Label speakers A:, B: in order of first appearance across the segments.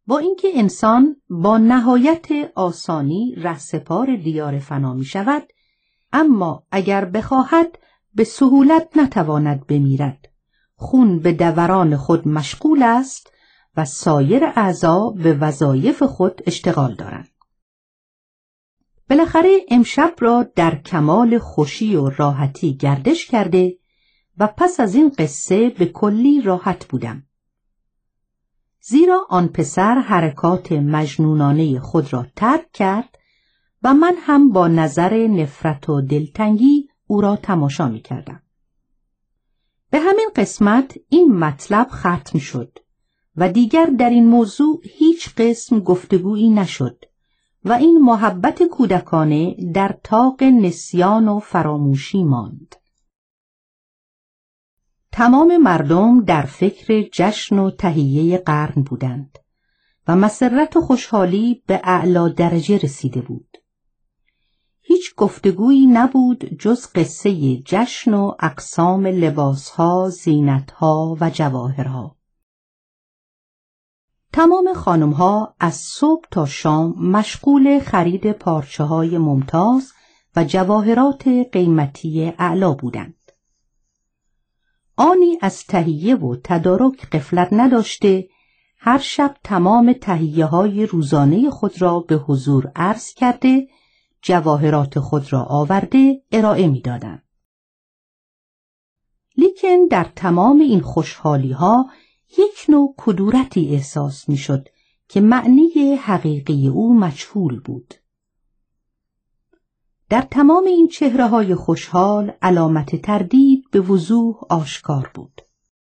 A: با اینکه انسان با نهایت آسانی رهسپار دیار فنا می شود، اما اگر بخواهد به سهولت نتواند بمیرد. خون به دوران خود مشغول است و سایر اعضا به وظایف خود اشتغال دارند. بالاخره امشب را در کمال خوشی و راحتی گردش کرده و پس از این قصه به کلی راحت بودم. زیرا آن پسر حرکات مجنونانه خود را ترک کرد و من هم با نظر نفرت و دلتنگی او را تماشا می کردم. به همین قسمت این مطلب ختم شد و دیگر در این موضوع هیچ قسم گفتگویی نشد و این محبت کودکانه در طاق نسیان و فراموشی ماند. تمام مردم در فکر جشن و تهیه قرن بودند و مسرت و خوشحالی به اعلی درجه رسیده بود. هیچ گفتگویی نبود جز قصه جشن و اقسام لباسها، زینتها و جواهرها. تمام خانمها از صبح تا شام مشغول خرید پارچه‌های ممتاز و جواهرات قیمتی اعلا بودند. آنی از تهیه و تدارک غفلت نداشته، هر شب تمام تهیه‌های روزانه خود را به حضور عرض کرده، جواهرات خود را آورده ارائه می‌دادند. لیکن در تمام این خوشحالی‌ها یک نوع کدورتی احساس می‌شد که معنی حقیقی او مجهول بود. در تمام این چهره‌های خوشحال علامت تردید به وضوح آشکار بود.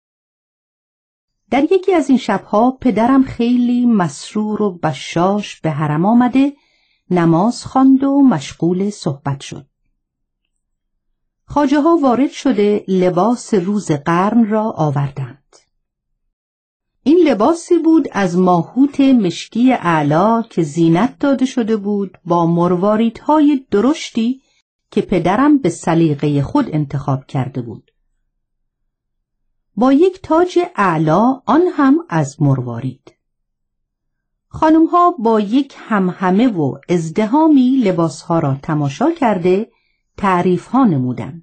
A: در یکی از این شب‌ها پدرم خیلی مسرور و بشاش به حرم آمده، نماز خواند و مشغول صحبت شد. خواجه‌ها وارد شده لباس روز قرن را آوردند. این لباسی بود از ماهوت مشکی اعلا که زینت داده شده بود با مرواریدهای درشتی که پدرم به سلیقه خود انتخاب کرده بود. با یک تاج اعلا، آن هم از مروارید. خانمها با یک همهمه و ازدحامی لباسها را تماشا کرده تعریفها نمودند.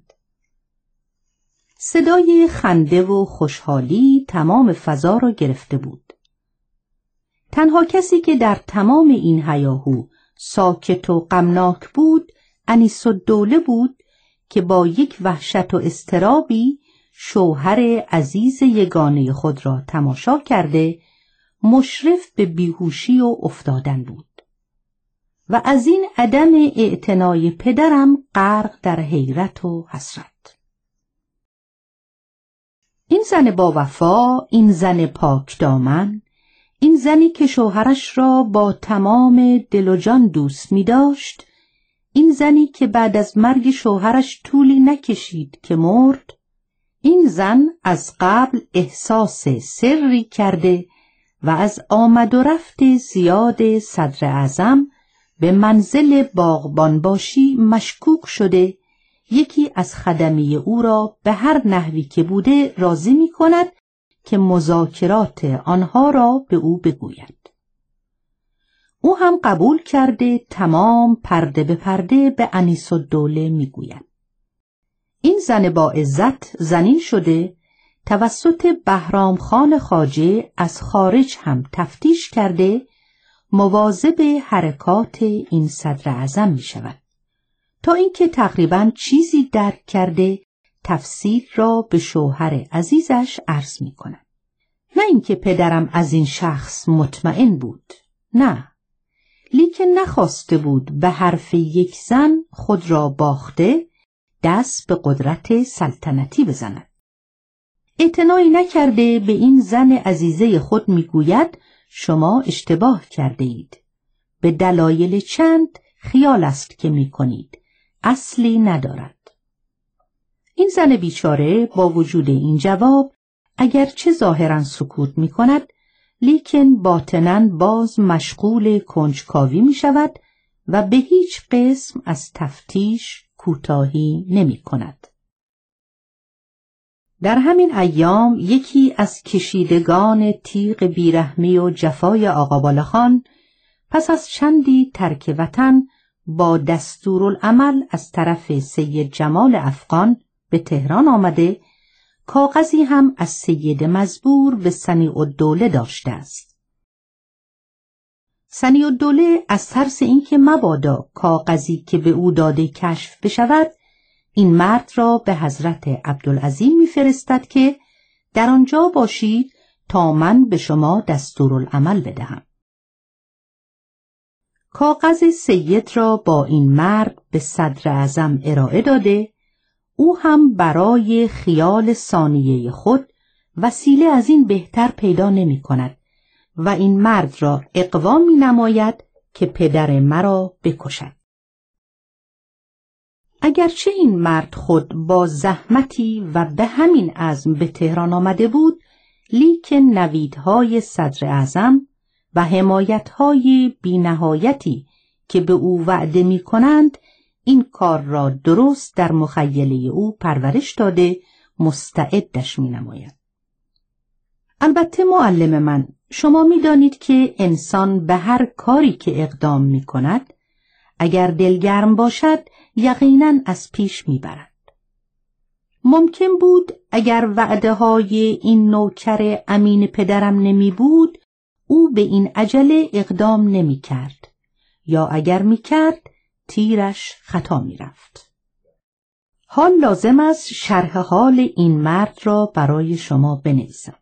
A: صدای خنده و خوشحالی تمام فضا را گرفته بود. تنها کسی که در تمام این هیاهو ساکت و غمناک بود انیس‌الدوله بود که با یک وحشت و اضطرابی شوهر عزیز یگانه خود را تماشا کرده مشرف به بیهوشی و افتادن بود و از این عدم اعتنای پدرم غرق در حیرت و حسرت. این زن با وفا، این زن پاک دامن، این زنی که شوهرش را با تمام دل و جان دوست می داشت، این زنی که بعد از مرگ شوهرش طولی نکشید که مرد، این زن از قبل احساس سری کرده و از آمد و رفت زیاد صدر اعظم به منزل باغبان باشی مشکوک شده، یکی از خدمی او را به هر نحوی که بوده راضی می کند که مذاکرات آنها را به او بگوید. او هم قبول کرده تمام پرده به پرده به انیس‌الدوله می گوید. این زن با عزت زنین شده توسط بهرام خان خواجه از خارج هم تفتیش کرده مواظب حرکات این صدر اعظم می شود تا اینکه تقریباً چیزی درک کرده تفسیر را به شوهر عزیزش عرض می کند. نه اینکه پدرم از این شخص مطمئن بود، نه، لیکن نخواسته بود به حرف یک زن خود را باخته دست به قدرت سلطنتی بزند. اعتنایی نکرده به این زن عزیزه خود میگوید شما اشتباه کرده اید. به دلایل چند خیال است که میکنید، اصلی ندارد. این زن بیچاره با وجود این جواب اگرچه ظاهراً سکوت میکند، لیکن باطناً باز مشغول کنجکاوی میشود و به هیچ قسم از تفتیش کوتاهی نمی کند. در همین ایام یکی از کشیدگان تیغ بیرحمی و جفای آقا بالاخان پس از چندی ترک وطن با دستورالعمل از طرف سید جمال افغان به تهران آمده، کاغذی هم از سید مزبور به صنیع‌الدوله داشته است. صنیع‌الدوله از ترس اینکه مبادا کاغذی که به او داده کشف بشود، این مرد را به حضرت عبدالعظیم می‌فرستد که در آنجا باشید تا من به شما دستورالعمل بدهم. کاغذ سید را با این مرد به صدر اعظم ارائه داده، او هم برای خیال ثانیه خود وسیله از این بهتر پیدا نمی کند و این مرد را اغوا می نماید که پدر مرا بکشد. اگرچه این مرد خود با زحمتی و به همین عزم به تهران آمده بود، لیکن نویدهای صدر اعظم و حمایتهای بی‌نهایتی که به او وعده می کنند این کار را درست در مخیله او پرورش داده مستعدش می نماید. البته معلم من، شما می دانید که انسان به هر کاری که اقدام می کند اگر دلگرم باشد یقیناً از پیش می برد. ممکن بود اگر وعده های این نوکر امین پدرم نمی بود او به این عجله اقدام نمی کرد، یا اگر می کرد تیرش خطا می رفت. حال لازم است شرح حال این مرد را برای شما بنویسم.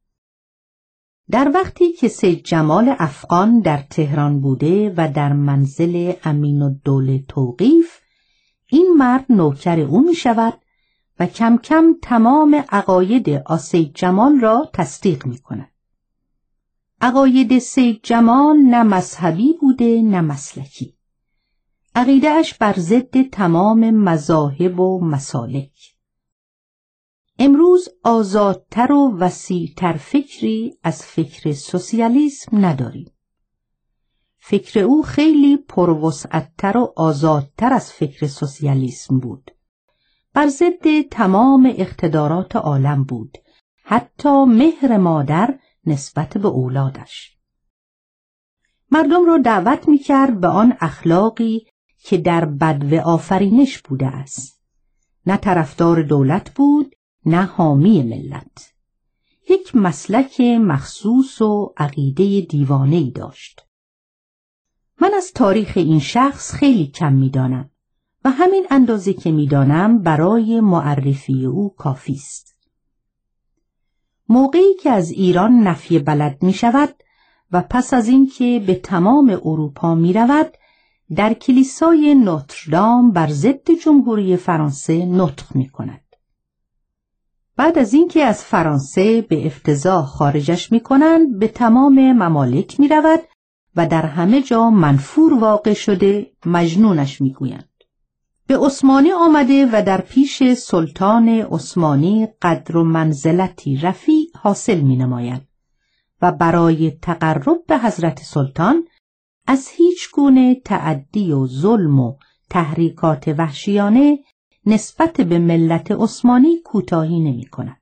A: در وقتی که سید جمال افغان در تهران بوده و در منزل امین‌الدوله توقیف، این مرد نوکر او می شود و کم کم تمام عقاید سید جمال را تصدیق می کند. عقاید سید جمال نه مذهبی بوده نه مسلکی. عقیده‌اش بر ضد تمام مذاهب و مسالک. امروز آزادتر و وسیع‌تر فکری از فکر سوسیالیسم نداریم. فکر او خیلی پروسعت‌تر و آزادتر از فکر سوسیالیسم بود. بر ضد تمام اقتدارات عالم بود، حتی مهر مادر نسبت به اولادش. مردم را دعوت می‌کرد به آن اخلاقی که در بدو آفرینش بوده است. نه طرفدار دولت بود، نه حامی ملت. یک مسلک مخصوص و عقیده دیوانه‌ای داشت. من از تاریخ این شخص خیلی کم می‌دانم و همین اندازه که می‌دانم برای معرفی او کافی است. موقعی که از ایران نفی بلد می‌شود و پس از اینکه به تمام اروپا می‌رود، در کلیسای نوتردام بر ضد جمهوری فرانسه نطق می‌کند. بعد از اینکه از فرانسه به افتضاح خارجش می‌کنند، به تمام ممالک می‌رود و در همه جا منفور واقع شده مجنونش می‌گویند. به عثمانی آمده و در پیش سلطان عثمانی قدر و منزلتی رفیع حاصل می‌نماید و برای تقرب به حضرت سلطان از هیچ گونه تعدی و ظلم و تحریکات وحشیانه نسبت به ملت عثمانی کوتاهی نمی کند.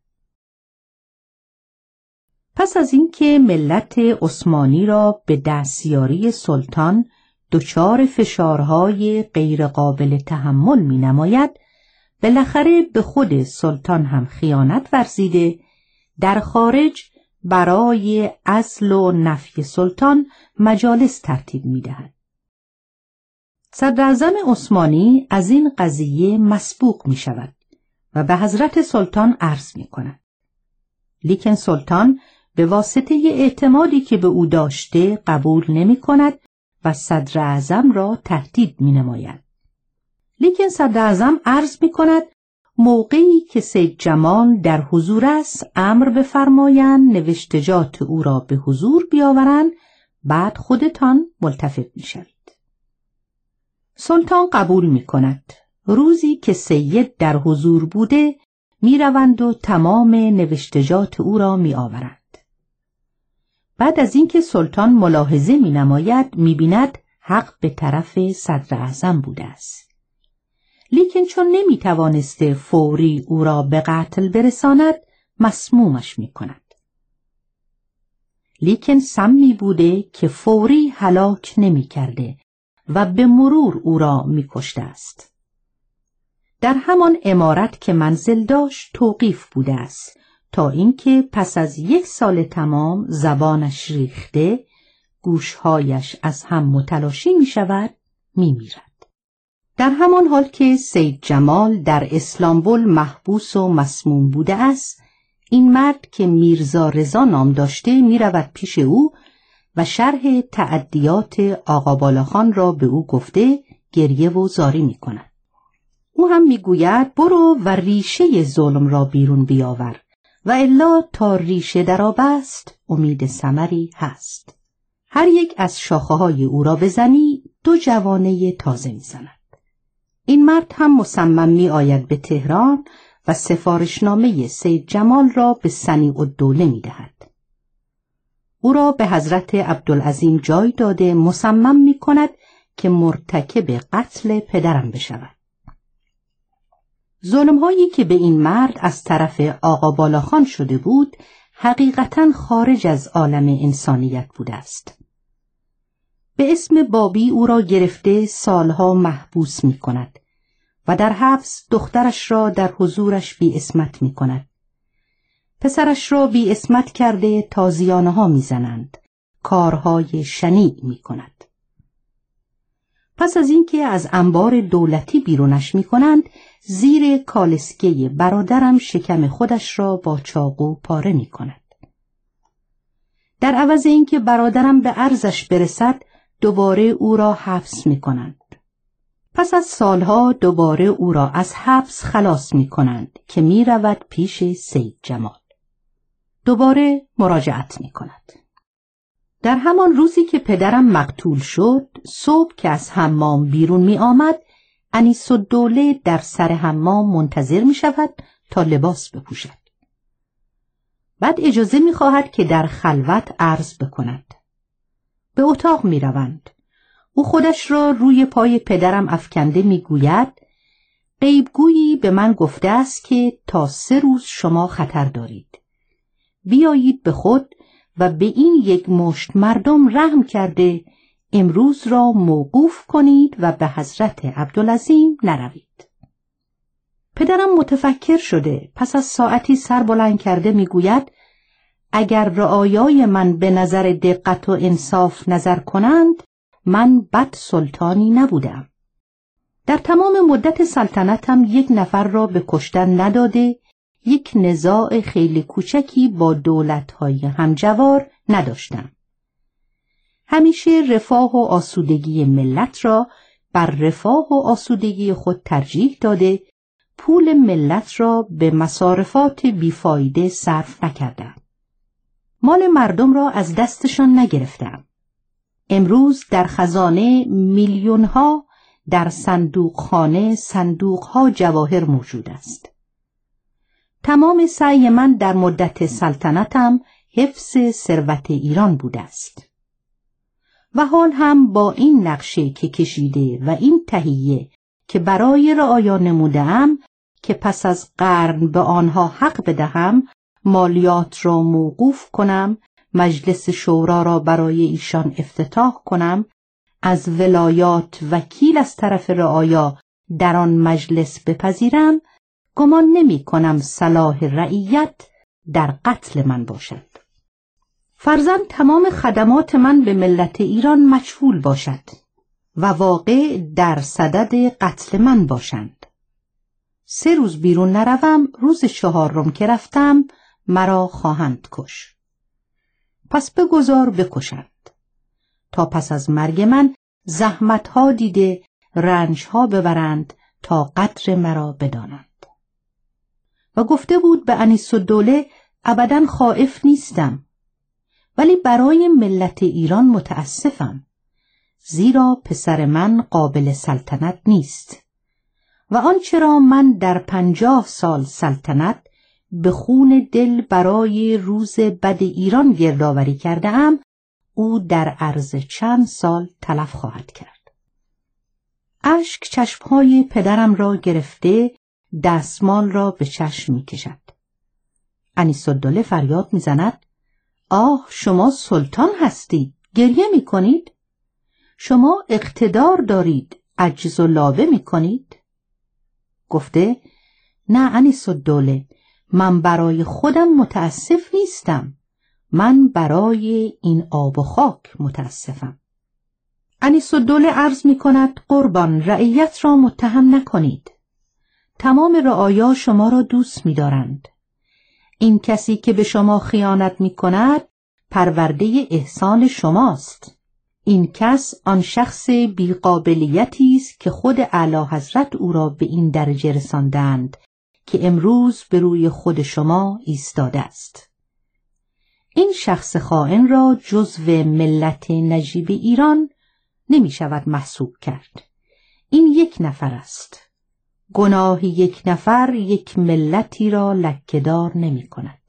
A: پس از اینکه ملت عثمانی را به دستیاری سلطان دچار فشارهای غیر قابل تحمل می نماید، بالاخره به خود سلطان هم خیانت ورزیده در خارج برای عزل و نفی سلطان مجالس ترتیب می دهد. صدراعظم عثمانی از این قضیه مسبوق می شود و به حضرت سلطان عرض می کند. لیکن سلطان به واسطه اعتمادی که به او داشته قبول نمی کند و صدراعظم را تهدید می نماید. لیکن صدراعظم عرض می کند موقعی که سید جمال در حضور است امر بفرمایند نوشتجات او را به حضور بیاورند، بعد خودتان ملتفت می شوید. سلطان قبول می کند. روزی که سید در حضور بوده می روند و تمام نوشتجات او را می آورند. بعد از اینکه سلطان ملاحظه می نماید می بیند حق به طرف صدراعظم بوده است. لیکن چون نمیتوانسته فوری او را به قتل برساند مسمومش میکند. لیکن سمی بوده که فوری هلاک نمیکرده و به مرور او را میکشته است. در همان عمارت که منزل داشت توقیف بوده است تا اینکه پس از 1 سال تمام زبانش ریخته، گوشهایش از هم متلاشی می شود، می میرد. در همان حال که سید جمال در اسلامبول محبوس و مسموم بوده است، این مرد که میرزا رضا نام داشته می رود پیش او و شرح تعدیات آقا بالاخان را به او گفته گریه و زاری می کند. او هم می گوید برو و ریشه ظلم را بیرون بیاور و الا تا ریشه درآبست امید ثمری هست. هر یک از شاخه‌های او را بزنی 2 جوانه تازه می‌زند. این مرد هم مصمم می‌آید به تهران و سفارشنامه سید جمال را به صنیع‌الدوله می‌دهد. او را به حضرت عبدالعظیم جای داده مصمم می‌کند که مرتکب قتل پدرم بشود. ظلم‌هایی که به این مرد از طرف آقا بالاخان شده بود حقیقتاً خارج از عالم انسانیت بوده است. به اسم بابی او را گرفته سالها محبوس می کند و در حبس دخترش را در حضورش بی اسمت می کند. پسرش را بی اسمت کرده تازیانه ها می زنند. کارهای شنیع می کند. پس از اینکه از انبار دولتی بیرونش می کنند، زیر کالسکه برادرم شکم خودش را با چاقو پاره می کند. در عوض اینکه برادرم به عرضش برسد، دوباره او را حبس می کنند. پس از سالها دوباره او را از حبس خلاص می کنند که می رود پیش سید جمال. دوباره مراجعت می کند. در همان روزی که پدرم مقتول شد، صبح که از حمام بیرون می آمد، انیس‌الدوله در سر حمام منتظر می شود تا لباس بپوشد. بعد اجازه می خواهد که در خلوت عرض بکند. به اتاق می روند. او خودش را روی پای پدرم افکنده می گوید غیبگویی به من گفته است که تا 3 روز شما خطر دارید. بیایید به خود و به این 1 مشت مردم رحم کرده امروز را موقوف کنید و به حضرت عبدالعظیم نروید. پدرم متفکر شده پس از ساعتی سر بلند کرده می گوید اگر رعایای من به نظر دقت و انصاف نظر کنند من بد سلطانی نبودم. در تمام مدت سلطنتم 1 نفر را به کشتن نداده، 1 نزاع خیلی کوچکی با دولت‌های همجوار نداشتم. همیشه رفاه و آسودگی ملت را بر رفاه و آسودگی خود ترجیح داده، پول ملت را به مصارفات بیفایده صرف نکردم. مال مردم را از دستشان نگرفتم. امروز در خزانه میلیون‌ها، در صندوقخانه صندوق‌ها جواهر موجود است. تمام سعی من در مدت سلطنتم حفظ ثروت ایران بوده است. و حال هم با این نقشه که کشیده و این تهیه که برای رعایا نموده‌ام که پس از قرن به آنها حق بدهم، مالیات را موقوف کنم، مجلس شورا را برای ایشان افتتاح کنم، از ولایات وکیل از طرف رعایا در آن مجلس بپذیرم، گمان نمی کنم صلاح رعیت در قتل من باشد. فرضاً تمام خدمات من به ملت ایران مجهول باشد و واقع در صدد قتل من باشند. 3 روز بیرون نروم، روز 4م که رفتم مرا خواهند کش. پس بگذار بکشند تا پس از مرگ من زحمتها دیده رنجها ببرند تا قدر مرا بدانند. و گفته بود به انیس‌الدوله ابداً خائف نیستم، ولی برای ملت ایران متاسفم، زیرا پسر من قابل سلطنت نیست و آنچه را من در 50 سال سلطنت به خون دل برای روز بد ایران گردآوری کرده ام، او در عرض چند سال تلف خواهد کرد. اشک چشمهای پدرم را گرفته دستمال را به چشم می کشد. انیس‌الدوله فریاد می زند: آه، شما سلطان هستید، گریه می کنید؟ شما اقتدار دارید، عجز و لابه می کنید؟ گفته: نه انیس‌الدوله، من برای خودم متاسف نیستم، من برای این آب و خاک متاسفم. انیس‌الدوله عرض می کند: قربان، رعیت را متهم نکنید. تمام رعایا شما را دوست می دارند. این کسی که به شما خیانت می کند پرورده احسان شماست. این کس آن شخص بی‌قابلیتی است که خود اعلی حضرت او را به این درجه رساندند که امروز به روی خود شما ایستاده است. این شخص خائن را جزو ملت نجیب ایران نمی شود محسوب کرد. این یک نفر است. گناه یک نفر یک ملتی را لکه‌دار نمی کند.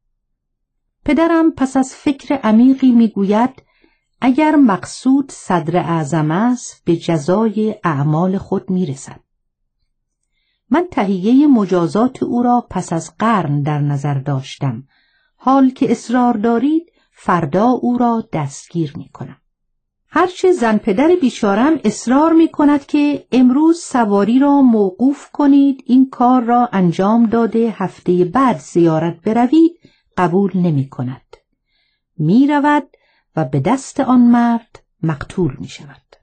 A: پدرم پس از فکر عمیقی می گوید: اگر مقصود صدر اعظم است به جزای اعمال خود می رسد. من تهیه مجازات او را پس از قرن در نظر داشتم. حال که اصرار دارید فردا او را دستگیر می کنم. هرچه زن پدر بیچارم اصرار می کند که امروز سواری را موقوف کنید، این کار را انجام داده هفته بعد زیارت بروید، قبول نمی کند. می رود و به دست آن مرد مقتول می شود.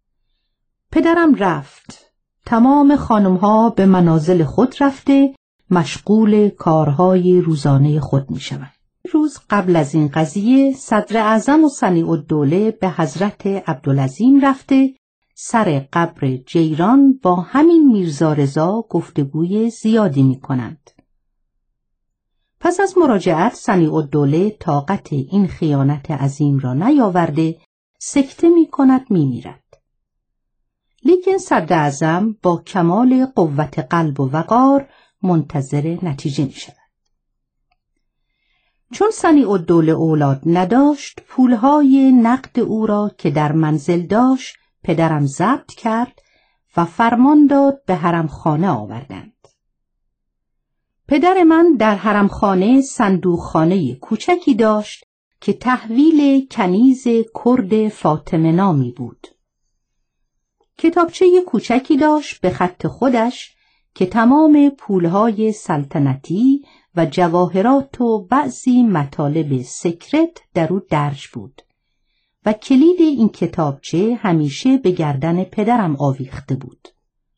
A: پدرم رفت. تمام خانمها به منازل خود رفته مشغول کارهای روزانه خود می شود. روز قبل از این قضیه صدر اعظم و صنیع‌الدوله به حضرت عبدالعظیم رفته سر قبر جیران با همین میرزا رضا گفتگوی زیادی می کنند. پس از مراجعت صنیع‌الدوله طاقت این خیانت عظیم را نیاورده سکته می کند، می میرد. لیکن صدر اعظم با کمال قوت قلب و وقار منتظر نتیجه می شود. چون صنیع‌الدوله اولاد نداشت، پولهای نقد او را که در منزل داشت پدرم ضبط کرد و فرمان داد به حرمخانه آوردند. پدر من در حرمخانه صندوقخانه کوچکی داشت که تحویل کنیز کرد فاطمه نامی بود. کتابچه کوچکی داشت به خط خودش که تمام پولهای سلطنتی و جواهرات و بعضی مطالب سکرت در او درج بود و کلید این کتابچه همیشه به گردن پدرم آویخته بود.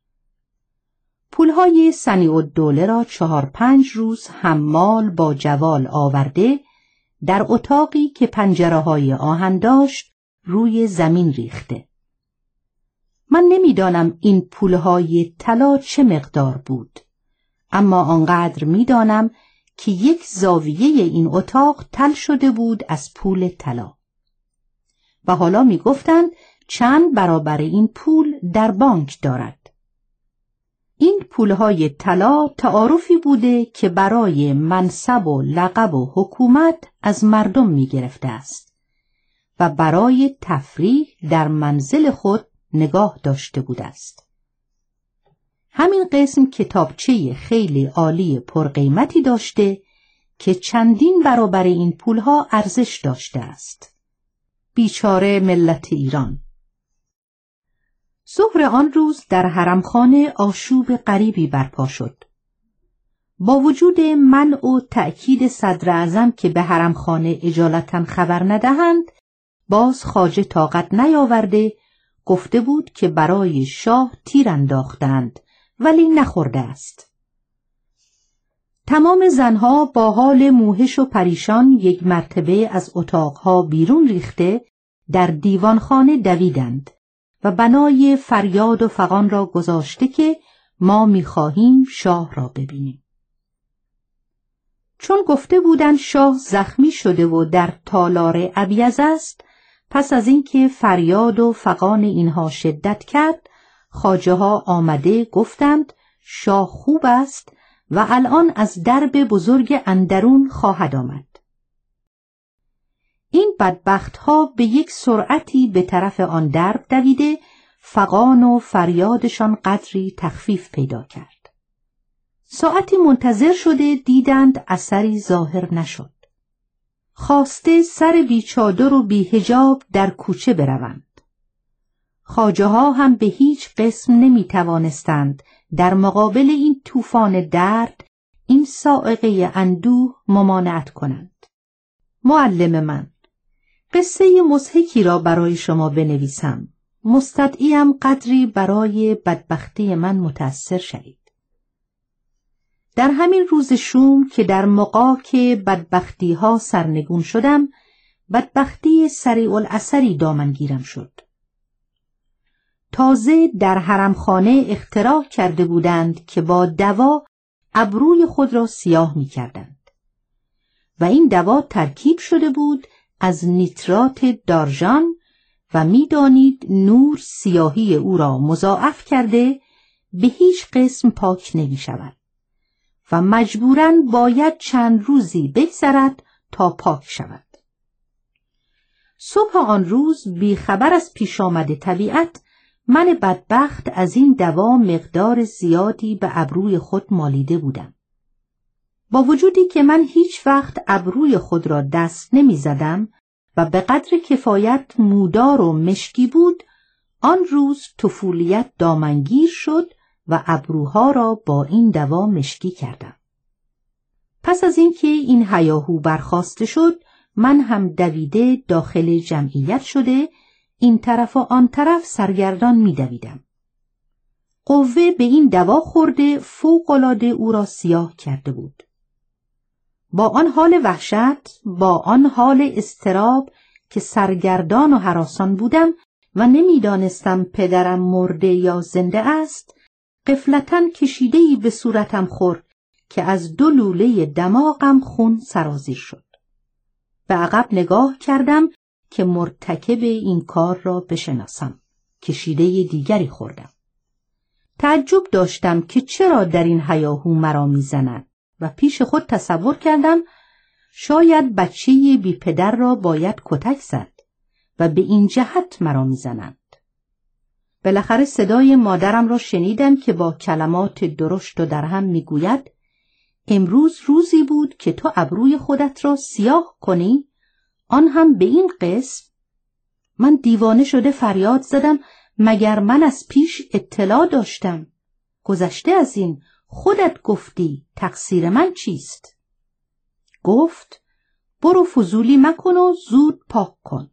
A: پولهای صنیع‌الدوله را 4-5 روز حمال با جوال آورده در اتاقی که پنجره‌های آهن داشت روی زمین ریخته. من نمیدانم این پولهای طلا چه مقدار بود، اما آنقدر میدانم که یک زاویه این اتاق تل شده بود از پول طلا. و حالا میگفتند چند برابر این پول در بانک دارد. این پولهای طلا تعارفی بوده که برای منصب و لقب و حکومت از مردم میگرفته است و برای تفریح در منزل خود نگاه داشته بوده است. همین قسم کتابچه خیلی عالی پرقیمتی داشته که چندین برابر این پولها ارزش داشته است. بیچاره ملت ایران. ظهر آن روز در حرمخانه آشوب غریبی برپا شد. با وجود منع و تأکید صدر اعظم که به حرمخانه اجالتا خبر ندهند، باز خواجه طاقت نیاورده گفته بود که برای شاه تیر انداختند ولی نخورده است. تمام زنها با حال موهش و پریشان یک مرتبه از اتاقها بیرون ریخته در دیوانخانه دویدند و بنای فریاد و فغان را گذاشته که ما می‌خواهیم شاه را ببینیم. چون گفته بودند شاه زخمی شده و در تالار ابیض است، پس از اینکه فریاد و فغان اینها شدت کرد، خواجه ها آمده گفتند شاه خوب است و الان از درب بزرگ اندرون خواهد آمد. این بدبخت ها به یک سرعتی به طرف آن درب دویده فغان و فریادشان قدری تخفیف پیدا کرد. ساعتی منتظر شده دیدند اثری ظاهر نشد. خواسته سر بیچادر و بی‌حجاب در کوچه بروند. خواجه ها هم به هیچ قسم نمی توانستند در مقابل این طوفان درد، این صاعقه اندوه ممانعت کنند. معلم من، قصه مضحکی را برای شما بنویسم. مستدعیم قدری برای بدبختی من متأثر شوید. در همین روز شوم که در مغاک بدبختی ها سرنگون شدم، بدبختی سریع الاثری دامنگیرم شد. تازه در حرمخانه اختراع کرده بودند که با دوا ابروی خود را سیاه می کردند و این دوا ترکیب شده بود از نیترات دارژان و می دانید نور سیاهی او را مضاعف کرده به هیچ قسم پاک نمی شود و مجبوراً باید چند روزی بگذرد تا پاک شود. صبح آن روز بی خبر از پیش آمد طبیعت، من بدبخت از این دوا مقدار زیادی به ابروی خود مالیده بودم. با وجودی که من هیچ وقت ابروی خود را دست نمی زدم و به قدر کفایت مودار و مشکی بود، آن روز طفولیت دامنگیر شد و ابروها را با این دوا مشکی کردم. پس از اینکه این هیاهو برخاسته شد، من هم دویده داخل جمعیت شده این طرف و آن طرف سرگردان می دویدم. قوه به این دوا خورده فوق‌العاده او را سیاه کرده بود. با آن حال وحشت، با آن حال اضطراب که سرگردان و هراسان بودم و نمیدانستم پدرم مرده یا زنده است، غفلتاً کشیده‌ای به صورتم خورد که از 2 لوله دماغم خون سرازیر شد. به عقب نگاه کردم که مرتکب این کار را بشناسم. کشیده دیگری خوردم. تعجب داشتم که چرا در این هیاهو مرا میزنند و پیش خود تصور کردم شاید بچه بی پدر را باید کتک زد و به این جهت مرا میزنند. بالاخره صدای مادرم را شنیدم که با کلمات درشت و درهم میگوید امروز روزی بود که تو ابروی خودت را سیاه کنی، آن هم به این قسم. من دیوانه شده فریاد زدم مگر من از پیش اطلاع داشتم؟ گذشته از این خودت گفتی، تقصیر من چیست؟ گفت برو فضولی مکن و زود پاک کن.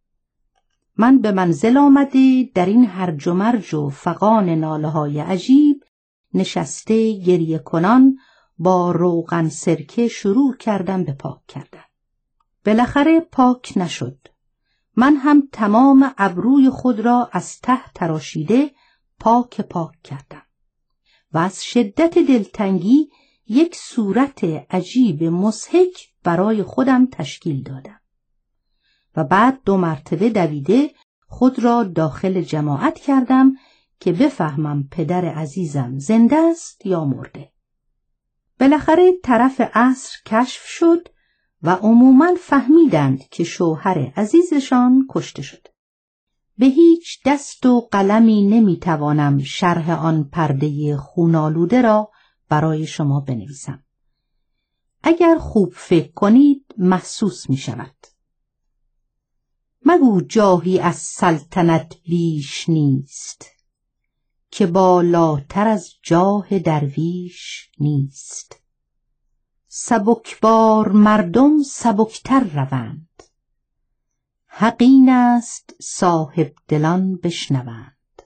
A: من به منزل آمده در این هرج و مرج و فغان ناله های عجیب نشسته گریه کنان با روغن سرکه شروع کردم به پاک کردن. بالاخره پاک نشد. من هم تمام ابروی خود را از ته تراشیده پاک کردم و از شدت دلتنگی یک صورت عجیب مضحک برای خودم تشکیل دادم و بعد 2 مرتبه دویده خود را داخل جماعت کردم که بفهمم پدر عزیزم زنده است یا مرده. بالاخره طرف عصر کشف شد و عموماً فهمیدند که شوهر عزیزشان کشته شد. به هیچ دست و قلمی نمیتوانم شرح آن پرده خونالوده را برای شما بنویسم. اگر خوب فکر کنید محسوس می شود. مگو جاهی از سلطنت بیش نیست، که بالاتر از جاه درویش نیست. سبکبار مردم سبکتر روند، حق این است صاحب دلان بشنوند.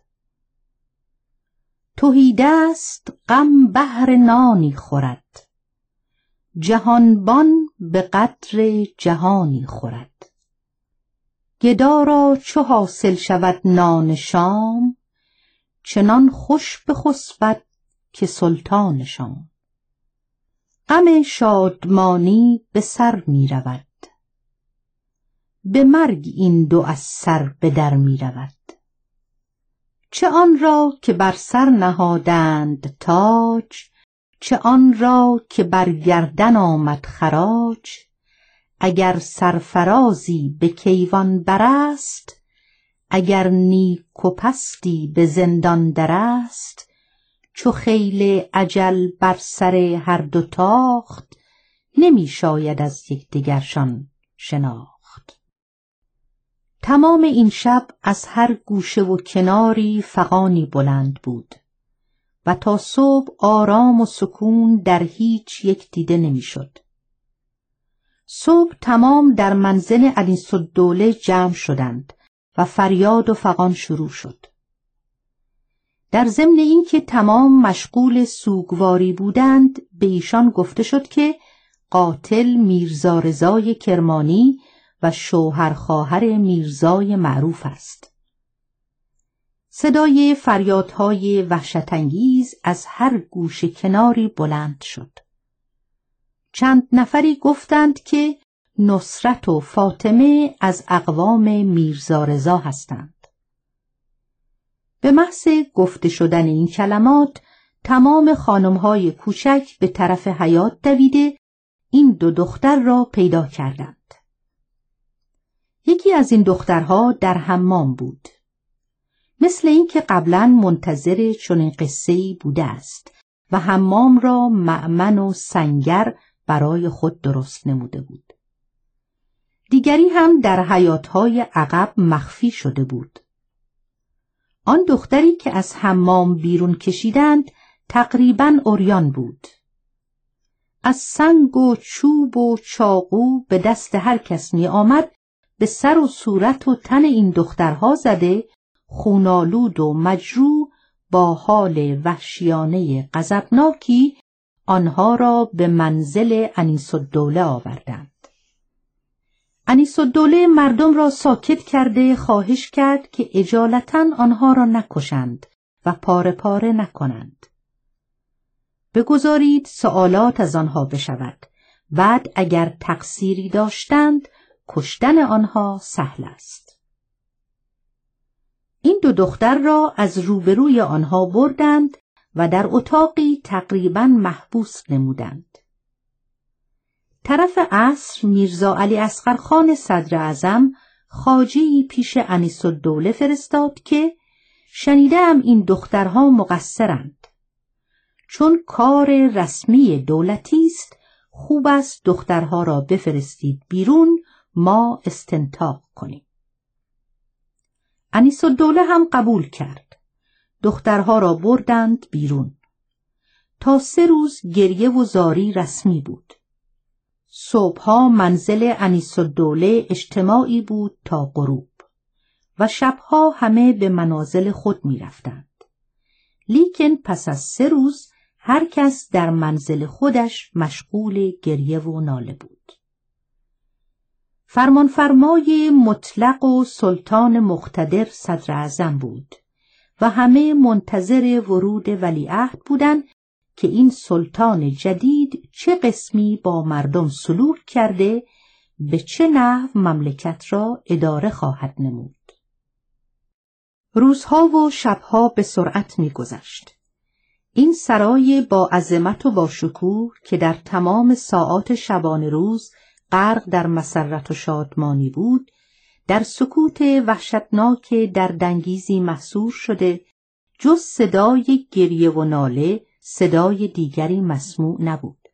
A: تهیدست غم بهر نانی خورد، جهانبان به قدر جهانی خورد. گدا را چو حاصل شود نان شام، چنان خوش بخسبد که سلطان شام. غم شادمانی به سر می رود، به مرگ این 2 از سر به در می رود. چه آن را که بر سر نهادند تاج، چه آن را که بر گردن آمد خراج. اگر سرفرازی به کیوان برست، اگر نیک و پستی به زندان در است، چو خیل اجل بر سر هر دو تاخت، نمی شاید از یکدیگرشان شناخت. تمام این شب از هر گوشه و کناری فغانی بلند بود و تا صبح آرام و سکون در هیچ یک دیده نمی شد. صبح تمام در منزل انیس‌الدوله جمع شدند و فریاد و فغان شروع شد. در ضمن این که تمام مشغول سوگواری بودند، به ایشان گفته شد که قاتل میرزا رضای کرمانی و شوهر خواهر میرزای معروف است. صدای فریادهای وحشت‌انگیز از هر گوشه کناری بلند شد. چند نفری گفتند که نصرت و فاطمه از اقوام میرزا رضا هستند. به محض گفته شدن این کلمات تمام خانم‌های کوچک به طرف حیاط دویده این دو دختر را پیدا کردند. یکی از این دخترها در حمام بود، مثل این که قبلا منتظر چنین قصه‌ای بوده است و حمام را مأمن و سنگر برای خود درست نموده بود. دیگری هم در حیاط‌های عقب مخفی شده بود. آن دختری که از حمام بیرون کشیدند تقریباً عریان بود. از سنگ و چوب و چاقو به دست هر کس می آمد به سر و صورت و تن این دخترها زده، خونالود و مجروح با حال وحشیانه غضبناکی آنها را به منزل انیس‌الدوله آوردند. انیس‌الدوله مردم را ساکت کرده خواهش کرد که اجالتاً آنها را نکشند و پاره پاره نکنند. بگذارید سوالات از آنها بشود، بعد اگر تقصیری داشتند کشتن آنها سهل است. این دو دختر را از روبروی آنها بردند و در اتاقی تقریباً محبوس نمودند. طرف عصر میرزا علی اصغرخان صدراعظم خواجه‌ای پیش انیس‌الدوله فرستاد که شنیدم این دخترها مقصرند. چون کار رسمی دولتی است، خوب است دخترها را بفرستید بیرون، ما استنتاق کنیم. انیس‌الدوله هم قبول کرد. دخترها را بردند بیرون. تا 3 روز گریه و زاری رسمی بود. صبحها منزل انیس‌الدوله اجتماعی بود تا غروب و شبها همه به منازل خود می رفتند. لیکن پس از 3 روز هر کس در منزل خودش مشغول گریه و ناله بود. فرمانفرمای مطلق و سلطان مقتدر صدراعظم بود و همه منتظر ورود ولیعهد بودند که این سلطان جدید چه قسمی با مردم سلوک کرده، به چه نحو مملکت را اداره خواهد نمود. روزها و شبها به سرعت می‌گذشت. این سرای با عظمت و با شکوه که در تمام ساعات شبانه روز غرق در مسرت و شادمانی بود، در سکوت وحشتناک دردانگیزی محصور شده، جز صدای گریه و ناله صدای دیگری مسموع نبود.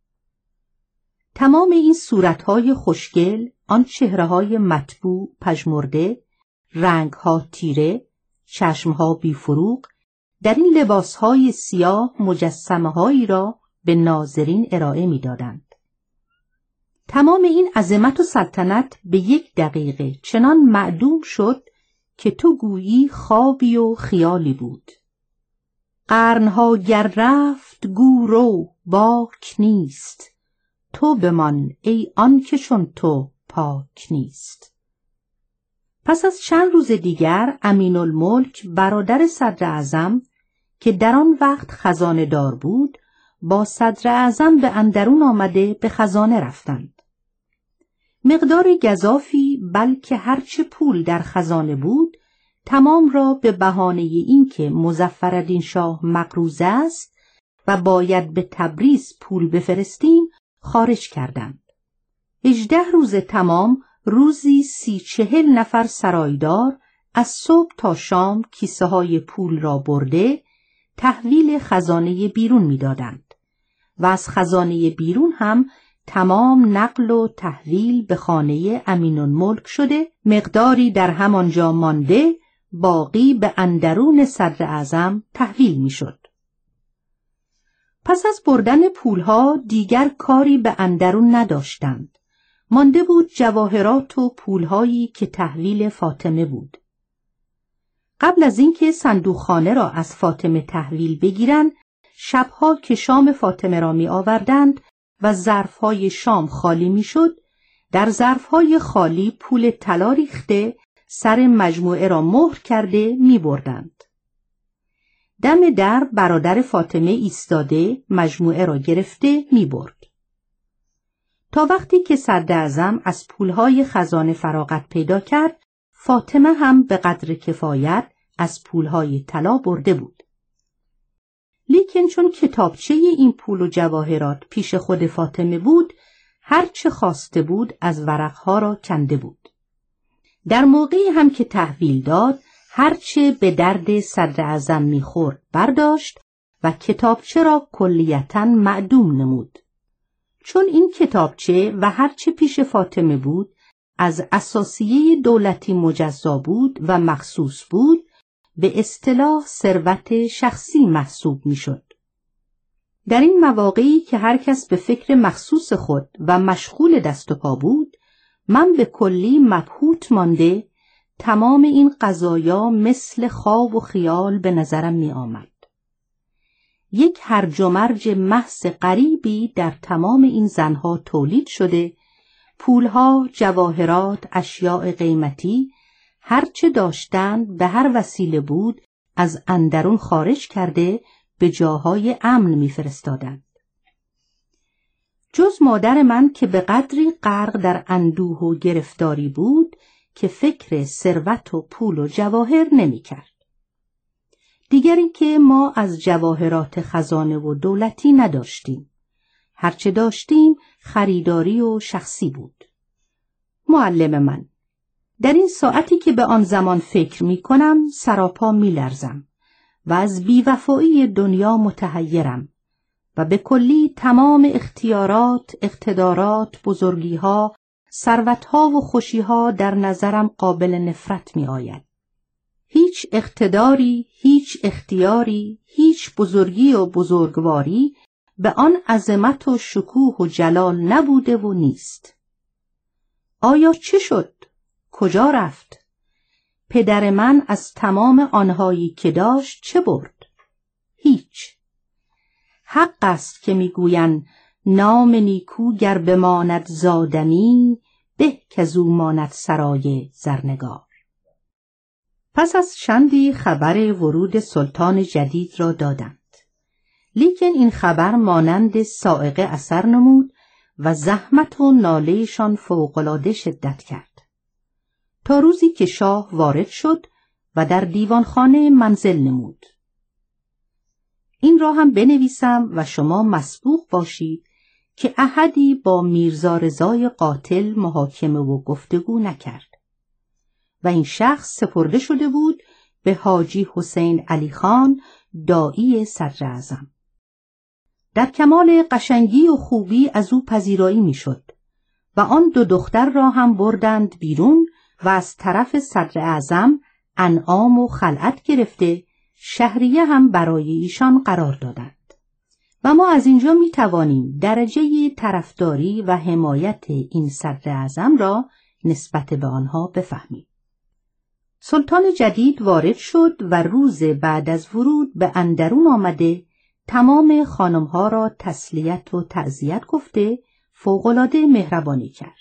A: تمام این صورتهای خوشگل، آن چهرههای مطبوع پژمرده، رنگها تیره، چشمها بیفروغ، در این لباسهای سیاه مجسمه‌هایی را به ناظرین ارائه می‌دادند. تمام این عظمت و سلطنت به 1 دقیقه چنان معدوم شد که تو گویی خوابی و خیالی بود. قرنها گر رفت گو رو باک نیست، تو بمان ای آن که چون تو پاک نیست. پس از چند روز دیگر امین‌الملک برادر صدراعظم که در آن وقت خزانه دار بود، با صدراعظم به اندرون آمده به خزانه رفتند. مقدار گزافی بلکه هرچه پول در خزانه بود تمام را به بهانه این که مظفرالدین شاه مقروضه است و باید به تبریز پول بفرستیم خارج کردند. 18 روز تمام روزی 30-40 نفر سرایدار از صبح تا شام کیسه های پول را برده تحویل خزانه بیرون می‌دادند و از خزانه بیرون هم تمام نقل و تحویل به خانه امین‌الملک شده، مقداری در همانجا مانده، باقی به اندرون صدر اعظم تحویل می‌شد. پس از بردن پولها دیگر کاری به اندرون نداشتند. مانده بود جواهرات و پولهایی که تحویل فاطمه بود. قبل از اینکه صندوقخانه را از فاطمه تحویل بگیرند، شبها که شام فاطمه را می آوردند و ظرفهای شام خالی می شد، در ظرفهای خالی پول طلا ریخته سر مجموعه را مهر کرده می بردند. دم در برادر فاطمه ایستاده مجموعه را گرفته می برد. تا وقتی که صدراعظم از پولهای خزانه فراغت پیدا کرد، فاطمه هم به قدر کفایت از پولهای طلا برده بود. لیکن چون کتابچه این پول و جواهرات پیش خود فاطمه بود، هر چه خواسته بود از ورقها را کنده بود. در موقعی هم که تحویل داد، هر چه به درد صدراعظم می‌خورد برداشت و کتابچه را کلیتاً معدوم نمود. چون این کتابچه و هر چه پیش فاطمه بود از اساسیه دولتی مجزا بود و مخصوص بود، به اصطلاح ثروت شخصی محسوب می‌شد. در این مواقعی که هر کس به فکر مخصوص خود و مشغول دست و پا بود، من به کلی مبهوت مانده تمام این قضایا مثل خواب و خیال به نظرم می آمد. یک هرج و مرج محض غریبی در تمام این زنها تولید شده، پولها، جواهرات، اشیاء قیمتی، هرچه داشتند به هر وسیله بود از اندرون خارج کرده به جاهای امن می‌فرستادند. جز مادر من که به قدری غرق در اندوه و گرفتاری بود که فکر ثروت و پول و جواهر نمی‌کرد. دیگر اینکه ما از جواهرات خزانه و دولتی نداشتیم. هرچه داشتیم خریداری و شخصی بود. معلم من: در این ساعتی که به آن زمان فکر می کنم سراپا می لرزم و از بیوفایی دنیا متحیرم و به کلی تمام اختیارات، اقتدارات، بزرگیها، ثروتها و خوشیها در نظرم قابل نفرت می آید. هیچ اقتداری، هیچ اختیاری، هیچ بزرگی و بزرگواری به آن عظمت و شکوه و جلال نبوده و نیست. آیا چه شد؟ کجا رفت؟ پدر من از تمام آنهایی که داشت چه برد؟ هیچ. حق است که میگویند نام نیکو گر بماند زادنی، به کزو ماند سرای زرنگار. پس از چندی خبر ورود سلطان جدید را دادند. لیکن این خبر مانند صاعقه اثر نمود و زحمت و نالهشان فوق‌العاده شدت کرد. تا روزی که شاه وارد شد و در دیوانخانه منزل نمود. این را هم بنویسم و شما مسبوق باشید که احدی با میرزا رضای قاتل محاکمه و گفتگو نکرد و این شخص سپرده شده بود به حاجی حسین علی خان داعی صدراعظم. در کمال قشنگی و خوبی از او پذیرایی میشد و آن دو دختر را هم بردند بیرون و از طرف صدراعظم انعام و خلعت گرفته شهریه هم برای ایشان قرار دادند و ما از اینجا می توانیم درجه طرفداری و حمایت این صدراعظم را نسبت به آنها بفهمیم. سلطان جدید وارد شد و روز بعد از ورود به اندرون آمده تمام خانمها را تسلیت و تعزیت گفته فوق‌العاده مهربانی کرد.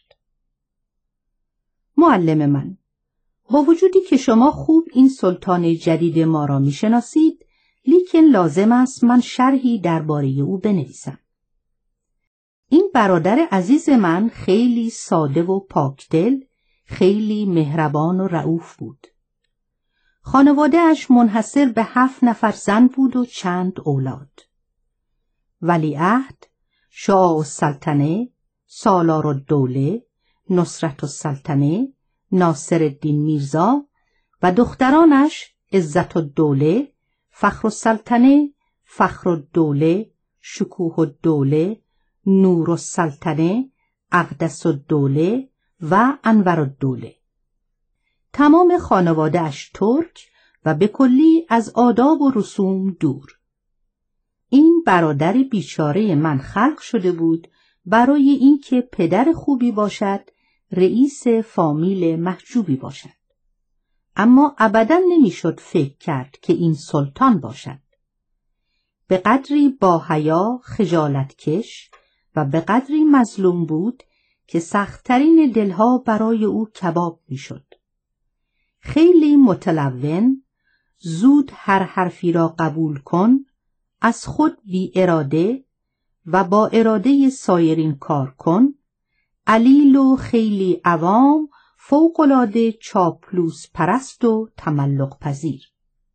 A: معلم من: با وجودی که شما خوب این سلطان جدید ما را میشناسید، لیکن لازم است من شرحی درباره او بنویسم. این برادر عزیز من خیلی ساده و پاکدل، خیلی مهربان و رئوف بود. خانواده اش منحصر به 7 نفر زن بود و چند اولاد. ولیعهد، شاه السلطنه، سالار الدوله، نصرت السلطنه، ناصر الدین میرزا و دخترانش عزت الدوله، فخر السلطنه، فخر الدوله، شکوه الدوله، نور السلطنه، اقدس الدوله و انور الدوله. تمام خانواده اش ترک و به کلی از آداب و رسوم دور. این برادر بیچاره من خلق شده بود برای اینکه پدر خوبی باشد، رئیس فامیل محجوبی باشد. اما ابداً نمیشد فکر کرد که این سلطان باشد. به قدری با حیا، خجالت کش و به قدری مظلوم بود که سخت‌ترین دلها برای او کباب میشد. خیلی متلون، زود هر حرفی را قبول کن، از خود بی اراده و با اراده سایرین کار کن، علیل و خیلی عوام، فوق‌العاده چاپلوس پرست و تملق پذیر.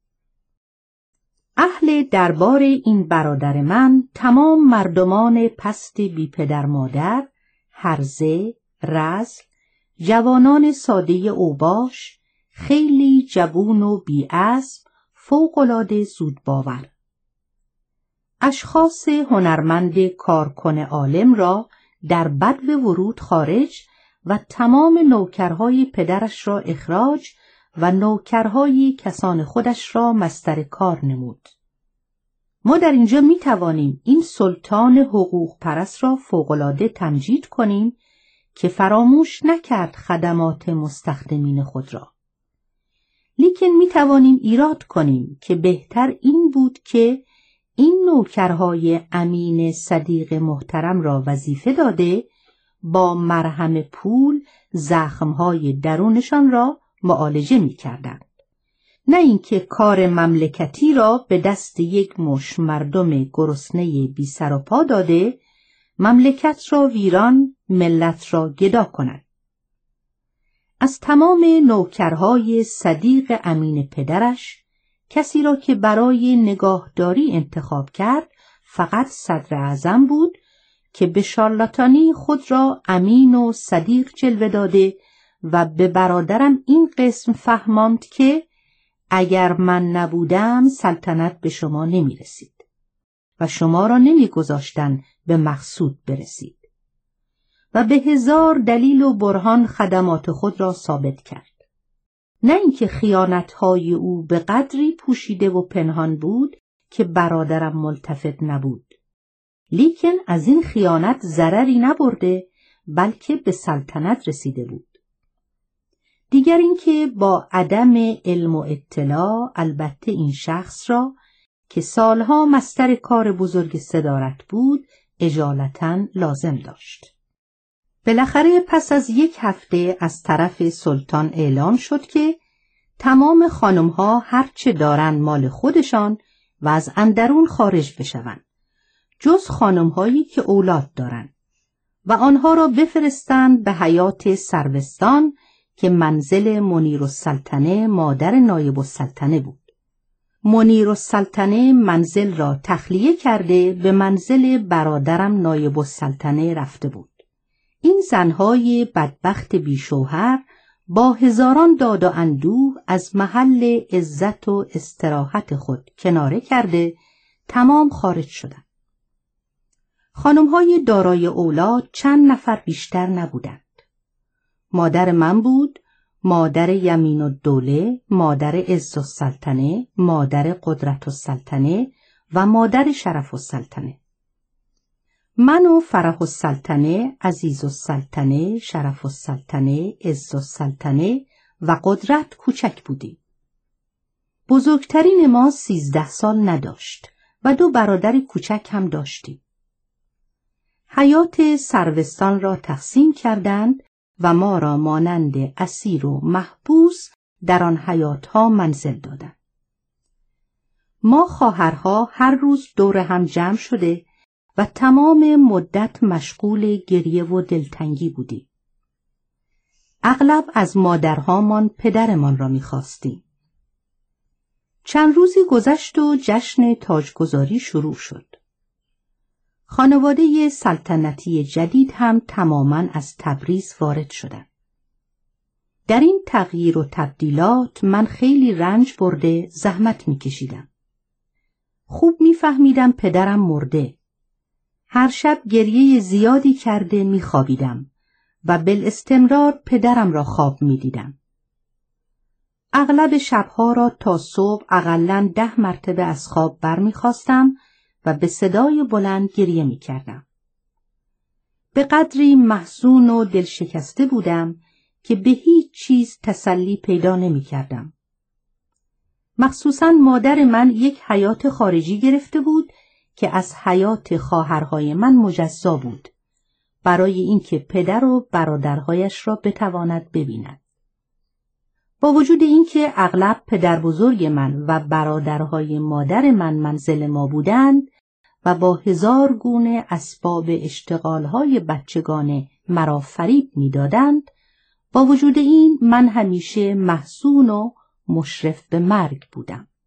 A: اهل دربار این برادر من تمام مردمان پست بی پدر مادر، هرزه، رذل، جوانان ساده اوباش، خیلی جوون و بی‌اسب، فوق‌العاده زود باور. اشخاص هنرمند کارکن عالم را در بدو ورود خارج و تمام نوکرهای پدرش را اخراج و نوکرهای کسان خودش را مستر کار نمود. ما در اینجا می توانیم این سلطان حقوق پرست را فوق‌العاده تمجید کنیم که فراموش نکرد خدمات مستخدمین خود را. لیکن می توانیم ایراد کنیم که بهتر این بود که این نوکرهای امین صدیق محترم را وظیفه داده با مرهم پول زخمهای درونشان را معالجه می کردند، نه اینکه کار مملکتی را به دست یک مش مردم گرسنه بی سر و پا داده مملکت را ویران، ملت را گدا کنند. از تمام نوکرهای صدیق امین پدرش کسی را که برای نگاهداری انتخاب کرد فقط صدر اعظم بود که به شارلاتانی خود را امین و صدیق جلوه داده و به برادرم این قسم فهماند که اگر من نبودم سلطنت به شما نمی رسید و شما را نمی گذاشتن به مقصود برسید و به هزار دلیل و برهان خدمات خود را ثابت کرد. نه اینکه خیانتهای او به قدری پوشیده و پنهان بود که برادرم ملتفت نبود، لیکن از این خیانت ضرری نبرده بلکه به سلطنت رسیده بود. دیگر اینکه با عدم علم و اطلاع البته این شخص را که سالها مستر کار بزرگ صدارت بود اجالتاً لازم داشت. بالاخره پس از یک هفته از طرف سلطان اعلام شد که تمام خانمها هرچه دارن مال خودشان و از اندرون خارج بشوند، جز خانمهایی که اولاد دارن و آنها را بفرستند به حیات سروستان که منزل منیرالسلطنه مادر نایب السلطنه بود. منیرالسلطنه منزل را تخلیه کرده به منزل برادرم نایب السلطنه رفته بود. این زنهای بدبخت بیشوهر با هزاران داد و اندوه از محل عزت و استراحت خود کناره کرده تمام خارج شدند. خانمهای دارای اولاد چند نفر بیشتر نبودند. مادر من بود، مادر یمین الدوله، مادر عز السلطنه، مادر قدرت السلطنه و مادر شرف السلطنه. من و فرح السلطنه، عزیز السلطنه، شرف السلطنه، عز السلطنه و قدرت کوچک بودیم. بزرگترین ما 13 سال نداشت و 2 برادر کوچک هم داشتیم. حیات سروستان را تقسیم کردند و ما را مانند اسیر و محبوس در آن حیاتها منزل دادند. ما خواهرها هر روز دور هم جمع شده و تمام مدت مشغول گریه و دلتنگی بودیم. اغلب از مادرهامان پدرمان را می‌خواستیم. چند روزی گذشت و جشن تاجگذاری شروع شد. خانواده سلطنتی جدید هم تماماً از تبریز وارد شدند. در این تغییر و تبدیلات من خیلی رنج برده زحمت می‌کشیدم. خوب می‌فهمیدم پدرم مرده. هر شب گریه زیادی کرده می‌خوابیدم و بالاستمرار پدرم را خواب می‌دیدم. اغلب شبها را تا صبح اقلاً 10 مرتبه از خواب برمیخواستم و به صدای بلند گریه میکردم. به قدری محزون و دلشکسته بودم که به هیچ چیز تسلی پیدا نمیکردم. مخصوصاً مادر من یک حیات خارجی گرفته بود که از حیات خواهرهای من مجزا بود، برای اینکه پدر و برادرهایش را بتواند ببیند. با وجود اینکه اغلب پدر بزرگ من و برادرهای مادر من منزل ما بودند و با 1000 گونه اسباب اشتغالهای بچگانه مرا فریب می‌دادند، با وجود این من همیشه محزون و مشرف به مرگ بودم.